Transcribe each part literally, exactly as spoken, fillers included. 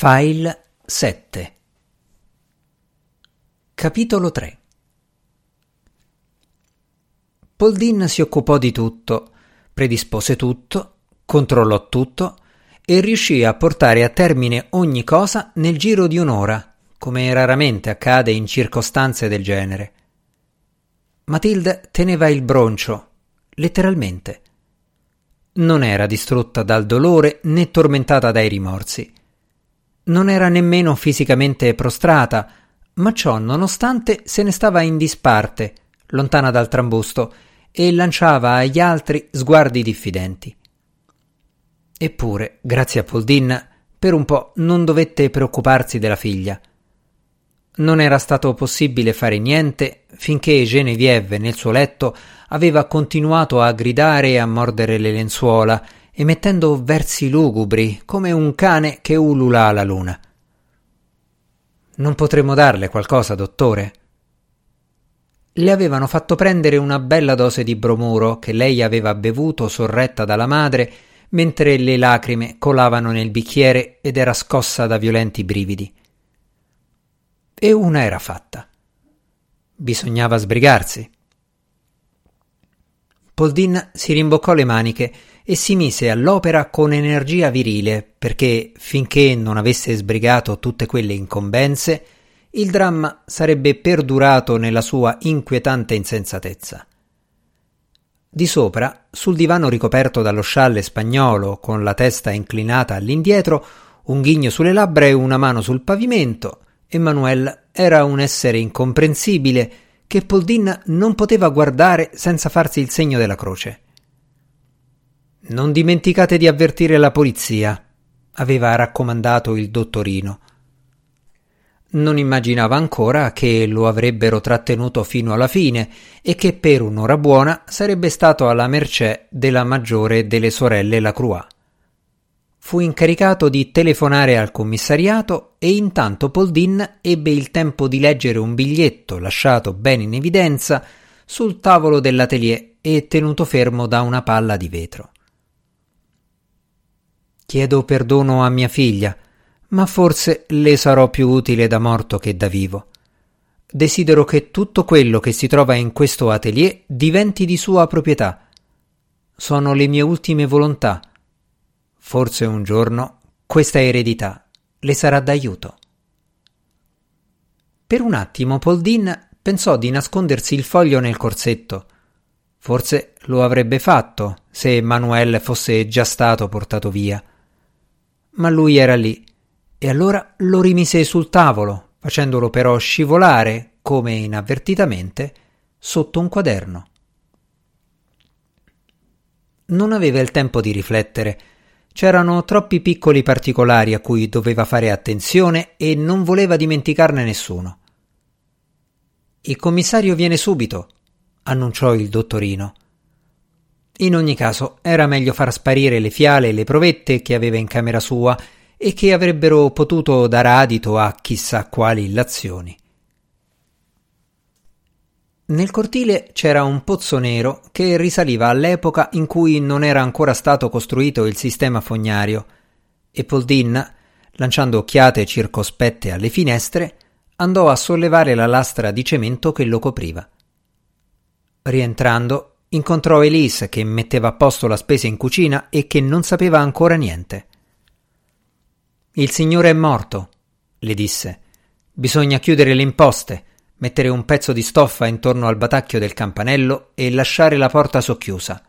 File sette. Capitolo tre. Paul Dean si occupò di tutto, predispose tutto, controllò tutto e riuscì a portare a termine ogni cosa nel giro di un'ora, come raramente accade in circostanze del genere. Matilde teneva il broncio, letteralmente. Non era distrutta dal dolore né tormentata dai rimorsi. Non era nemmeno fisicamente prostrata, ma ciò nonostante se ne stava in disparte, lontana dal trambusto, e lanciava agli altri sguardi diffidenti. Eppure, grazie a Paul Dean, per un po' non dovette preoccuparsi della figlia. Non era stato possibile fare niente finché Geneviève nel suo letto aveva continuato a gridare e a mordere le lenzuola, emettendo versi lugubri come un cane che ulula alla luna. «Non potremmo darle qualcosa, dottore?» Le avevano fatto prendere una bella dose di bromuro che lei aveva bevuto sorretta dalla madre mentre le lacrime colavano nel bicchiere ed era scossa da violenti brividi. E una era fatta. Bisognava sbrigarsi. Paul Dean si rimboccò le maniche e si mise all'opera con energia virile perché, finché non avesse sbrigato tutte quelle incombenze, il dramma sarebbe perdurato nella sua inquietante insensatezza. Di sopra, sul divano ricoperto dallo scialle spagnolo, con la testa inclinata all'indietro, un ghigno sulle labbra e una mano sul pavimento, Emmanuelle era un essere incomprensibile che Paul Dean non poteva guardare senza farsi il segno della croce. «Non dimenticate di avvertire la polizia», aveva raccomandato il dottorino. Non immaginava ancora che lo avrebbero trattenuto fino alla fine e che per un'ora buona sarebbe stato alla mercé della maggiore delle sorelle Lacroix. Fu incaricato di telefonare al commissariato e intanto Paul Dean ebbe il tempo di leggere un biglietto lasciato ben in evidenza sul tavolo dell'atelier e tenuto fermo da una palla di vetro. «Chiedo perdono a mia figlia, ma forse le sarò più utile da morto che da vivo. Desidero che tutto quello che si trova in questo atelier diventi di sua proprietà. Sono le mie ultime volontà. Forse un giorno questa eredità le sarà d'aiuto». Per un attimo Paul Dean pensò di nascondersi il foglio nel corsetto. Forse lo avrebbe fatto se Emmanuelle fosse già stato portato via. Ma lui era lì, e allora lo rimise sul tavolo, facendolo però scivolare, come inavvertitamente, sotto un quaderno. Non aveva il tempo di riflettere. C'erano troppi piccoli particolari a cui doveva fare attenzione e non voleva dimenticarne nessuno. «Il commissario viene subito», annunciò il dottorino. In ogni caso era meglio far sparire le fiale e le provette che aveva in camera sua e che avrebbero potuto dar adito a chissà quali illazioni. Nel cortile c'era un pozzo nero che risaliva all'epoca in cui non era ancora stato costruito il sistema fognario e Paul Dean, lanciando occhiate circospette alle finestre, andò a sollevare la lastra di cemento che lo copriva. Rientrando, incontrò Elise che metteva a posto la spesa in cucina e che non sapeva ancora niente. «Il signore è morto», le disse. «Bisogna chiudere le imposte, mettere un pezzo di stoffa intorno al batacchio del campanello e lasciare la porta socchiusa».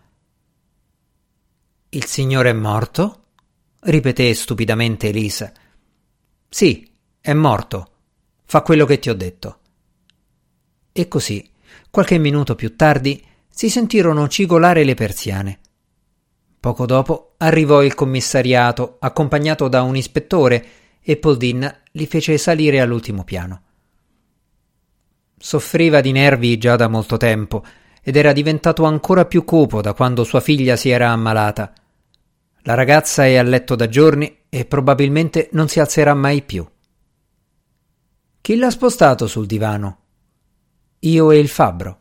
«Il signore è morto?» ripeté stupidamente Elise. «Sì, è morto. Fa quello che ti ho detto». E così, qualche minuto più tardi, si sentirono cigolare le persiane. Poco dopo arrivò il commissariato, accompagnato da un ispettore, e Paul Dean li fece salire all'ultimo piano. Soffriva di nervi già da molto tempo ed era diventato ancora più cupo da quando sua figlia si era ammalata. La ragazza è a letto da giorni e probabilmente non si alzerà mai più. «Chi l'ha spostato sul divano?» «Io e il fabbro».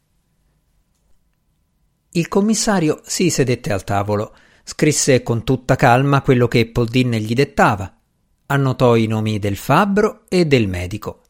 Il commissario si sedette al tavolo, scrisse con tutta calma quello che Paul Dean gli dettava, Annotò i nomi del fabbro e del medico.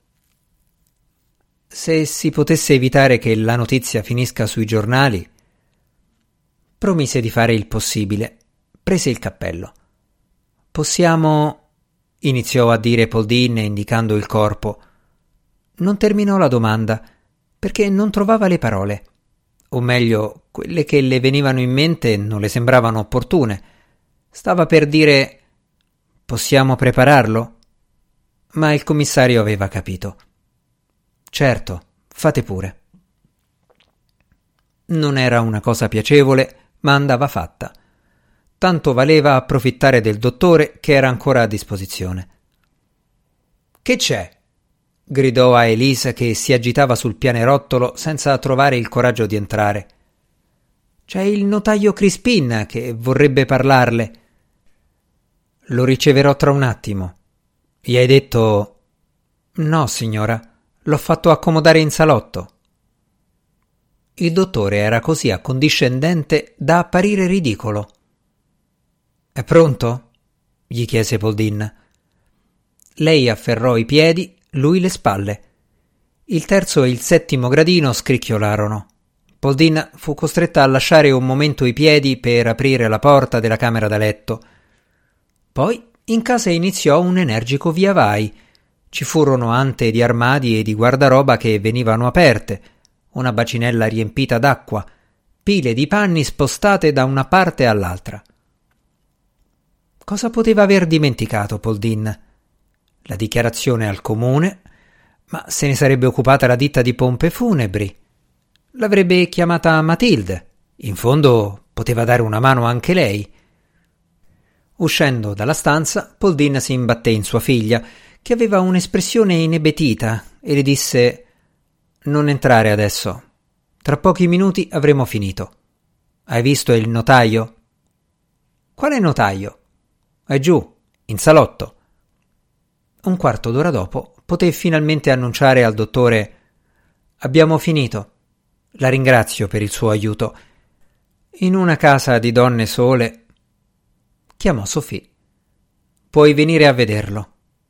Se si potesse evitare che la notizia finisca sui giornali, promise di fare il possibile. Prese il cappello. Possiamo... iniziò a dire Paulding indicando il corpo. Non terminò la domanda perché non trovava le parole, o meglio, quelle che le venivano in mente non le sembravano opportune. Stava per dire: possiamo prepararlo? Ma il commissario aveva capito. Certo, fate pure. Non era una cosa piacevole, ma andava fatta. Tanto valeva approfittare del dottore che era ancora a disposizione. Che c'è? Gridò a Elisa che si agitava sul pianerottolo senza trovare il coraggio di entrare. C'è il notaio Crispin che vorrebbe parlarle. Lo riceverò tra un attimo. Gli hai detto... No, signora, l'ho fatto accomodare in salotto. Il dottore era così accondiscendente da apparire ridicolo. È pronto? Gli chiese Paulding. Lei afferrò i piedi, lui le spalle. Il terzo e il settimo gradino scricchiolarono. Paulding fu costretta a lasciare un momento i piedi per aprire la porta della camera da letto. Poi in casa iniziò un energico via vai. Ci furono ante di armadi e di guardaroba che venivano aperte, una bacinella riempita d'acqua, pile di panni spostate da una parte all'altra. Cosa poteva aver dimenticato Paulding? La dichiarazione al comune, ma se ne sarebbe occupata la ditta di pompe funebri. L'avrebbe chiamata Matilde. In fondo poteva dare una mano anche lei. Uscendo dalla stanza, Paulding si imbatté in sua figlia, che aveva un'espressione inebetita, e le disse: «Non entrare adesso. Tra pochi minuti avremo finito. Hai visto il notaio?» «Quale notaio?» «È giù, in salotto». Un quarto d'ora dopo poté finalmente annunciare al dottore: «Abbiamo finito. La ringrazio per il suo aiuto. In una casa di donne sole...» Chiamò Sophie. «Puoi venire a vederlo».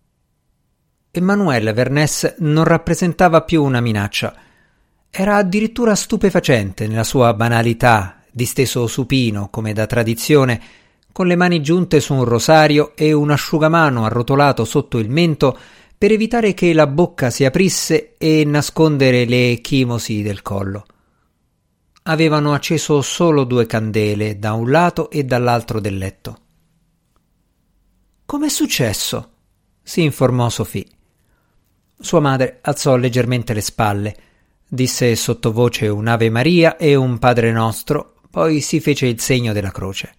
Emmanuelle Vernès non rappresentava più una minaccia. Era addirittura stupefacente nella sua banalità, disteso supino come da tradizione, con le mani giunte su un rosario e un asciugamano arrotolato sotto il mento per evitare che la bocca si aprisse e nascondere le ecchimosi del collo. Avevano acceso solo due candele da un lato e dall'altro del letto. «Com'è successo?» si informò Sophie. Sua madre alzò leggermente le spalle, disse sottovoce un Ave Maria e un Padre Nostro, poi si fece il segno della croce.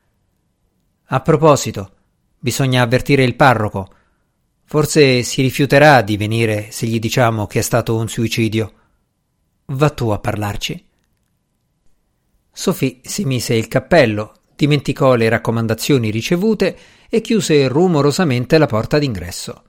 «A proposito, bisogna avvertire il parroco. Forse si rifiuterà di venire se gli diciamo che è stato un suicidio. Va tu a parlarci». Sophie si mise il cappello, dimenticò le raccomandazioni ricevute e chiuse rumorosamente la porta d'ingresso.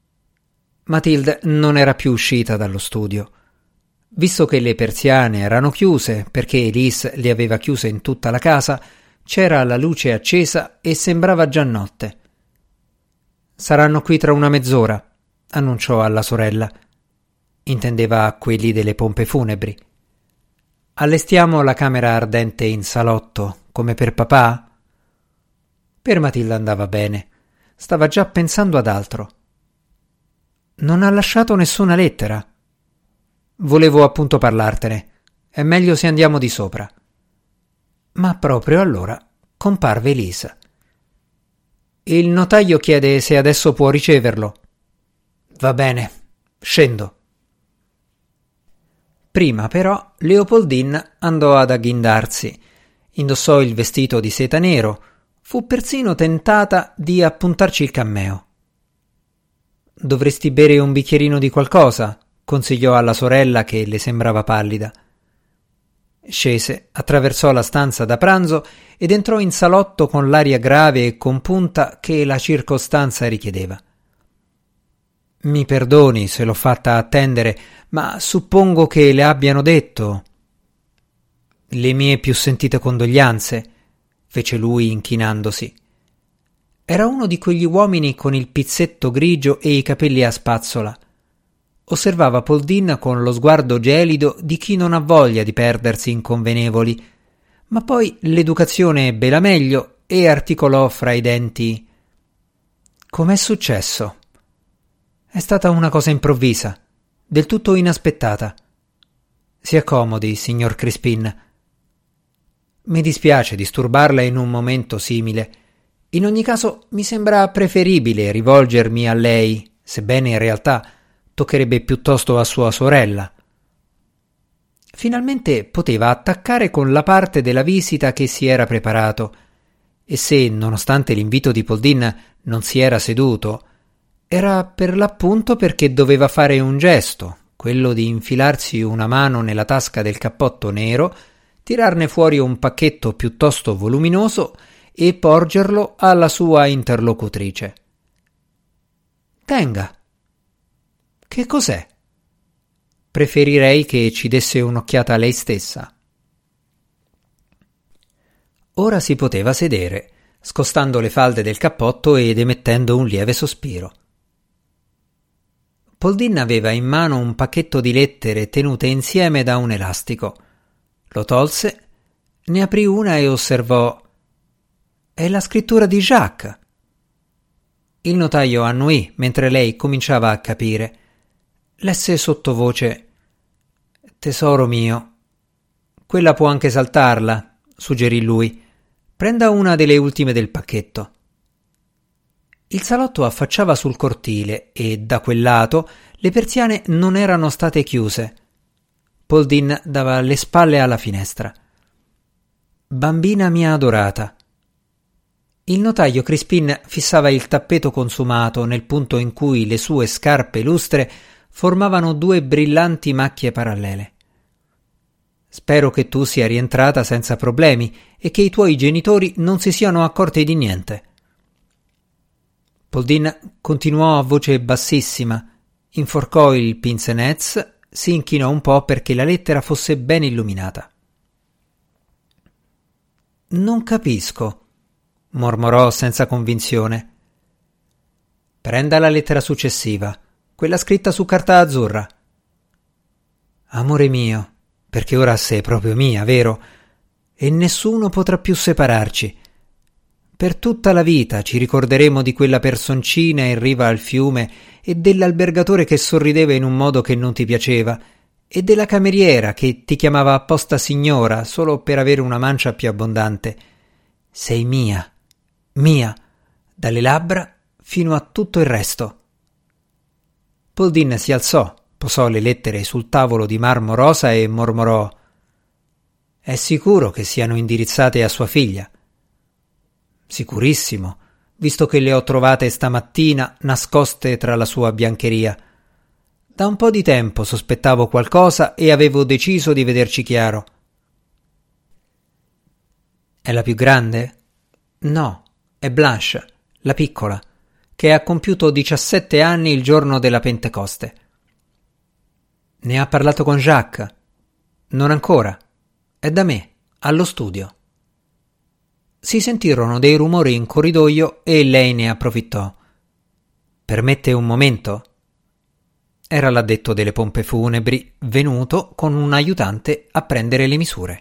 Matilde non era più uscita dallo studio. Visto che le persiane erano chiuse, perché Elise le aveva chiuse in tutta la casa, c'era la luce accesa e sembrava già notte. «Saranno qui tra una mezz'ora», annunciò alla sorella. Intendeva quelli delle pompe funebri. «Allestiamo la camera ardente in salotto, come per papà?» Per Matilde andava bene. Stava già pensando ad altro. «Non ha lasciato nessuna lettera?» «Volevo appunto parlartene. È meglio se andiamo di sopra». Ma proprio allora comparve Elisa. «Il notaio chiede se adesso può riceverlo». «Va bene, scendo». Prima però Leopoldine andò ad agghindarsi, indossò il vestito di seta nero, fu persino tentata di appuntarci il cammeo. «Dovresti bere un bicchierino di qualcosa», consigliò alla sorella che le sembrava pallida. Scese, attraversò la stanza da pranzo ed entrò in salotto con l'aria grave e compunta che la circostanza richiedeva. «Mi perdoni se l'ho fatta attendere, ma suppongo che le abbiano detto...» «Le mie più sentite condoglianze», fece lui inchinandosi. Era uno di quegli uomini con il pizzetto grigio e i capelli a spazzola. Osservava Paul Dean con lo sguardo gelido di chi non ha voglia di perdersi in convenevoli, ma poi l'educazione ebbe la meglio e articolò fra i denti: «Com'è successo?» «È stata una cosa improvvisa, del tutto inaspettata. Si accomodi, signor Crispin. Mi dispiace disturbarla in un momento simile. In ogni caso mi sembra preferibile rivolgermi a lei, sebbene in realtà toccherebbe piuttosto a sua sorella». Finalmente poteva attaccare con la parte della visita che si era preparato, e se, nonostante l'invito di Paul Dean, non si era seduto, era per l'appunto perché doveva fare un gesto, quello di infilarsi una mano nella tasca del cappotto nero, tirarne fuori un pacchetto piuttosto voluminoso e porgerlo alla sua interlocutrice. «Tenga». «Che cos'è?» «Preferirei che ci desse un'occhiata lei stessa». Ora si poteva sedere, scostando le falde del cappotto ed emettendo un lieve sospiro. Paul Dean aveva in mano un pacchetto di lettere tenute insieme da un elastico. Lo tolse, ne aprì una e osservò: «È la scrittura di Jacques». Il notaio annuì mentre lei cominciava a capire. Lesse sottovoce: «Tesoro mio». «Quella può anche saltarla», suggerì lui. «Prenda una delle ultime del pacchetto». Il salotto affacciava sul cortile e, da quel lato, le persiane non erano state chiuse. Paul Dean dava le spalle alla finestra. «Bambina mia adorata». Il notaio Crispin fissava il tappeto consumato nel punto in cui le sue scarpe lustre formavano due brillanti macchie parallele. «Spero che tu sia rientrata senza problemi e che i tuoi genitori non si siano accorti di niente». Paul Dean continuò a voce bassissima, inforcò il pince-nez, si inchinò un po' perché la lettera fosse ben illuminata. «Non capisco», mormorò senza convinzione. «Prenda la lettera successiva, quella scritta su carta azzurra». «Amore mio, perché ora sei proprio mia, vero? E nessuno potrà più separarci. Per tutta la vita ci ricorderemo di quella personcina in riva al fiume e dell'albergatore che sorrideva in un modo che non ti piaceva e della cameriera che ti chiamava apposta signora solo per avere una mancia più abbondante. Sei mia, mia, dalle labbra fino a tutto il resto». Paul Dean si alzò, posò le lettere sul tavolo di marmo rosa e mormorò: «È sicuro che siano indirizzate a sua figlia?» «Sicurissimo, visto che le ho trovate stamattina nascoste tra la sua biancheria. Da un po' di tempo sospettavo qualcosa e avevo deciso di vederci chiaro». «È la più grande?» «No, è Blanche, la piccola, che ha compiuto diciassette anni il giorno della Pentecoste». «Ne ha parlato con Jacques?» «Non ancora. È da me, allo studio». Si sentirono dei rumori in corridoio e lei ne approfittò. «Permette un momento?» Era l'addetto delle pompe funebri, venuto con un aiutante a prendere le misure.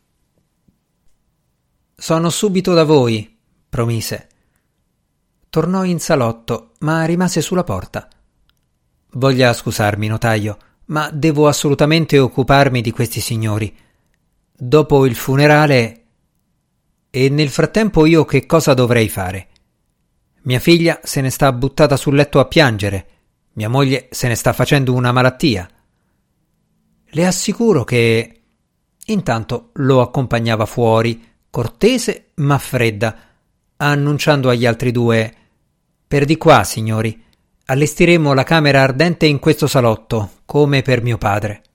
«Sono subito da voi», promise. Tornò in salotto, ma rimase sulla porta. «Voglia scusarmi, notaio, ma devo assolutamente occuparmi di questi signori. Dopo il funerale... E nel frattempo io che cosa dovrei fare? Mia figlia se ne sta buttata sul letto a piangere, mia moglie se ne sta facendo una malattia. Le assicuro che...» Intanto lo accompagnava fuori, cortese ma fredda, annunciando agli altri due: «Per di qua, signori, allestiremo la camera ardente in questo salotto, come per mio padre».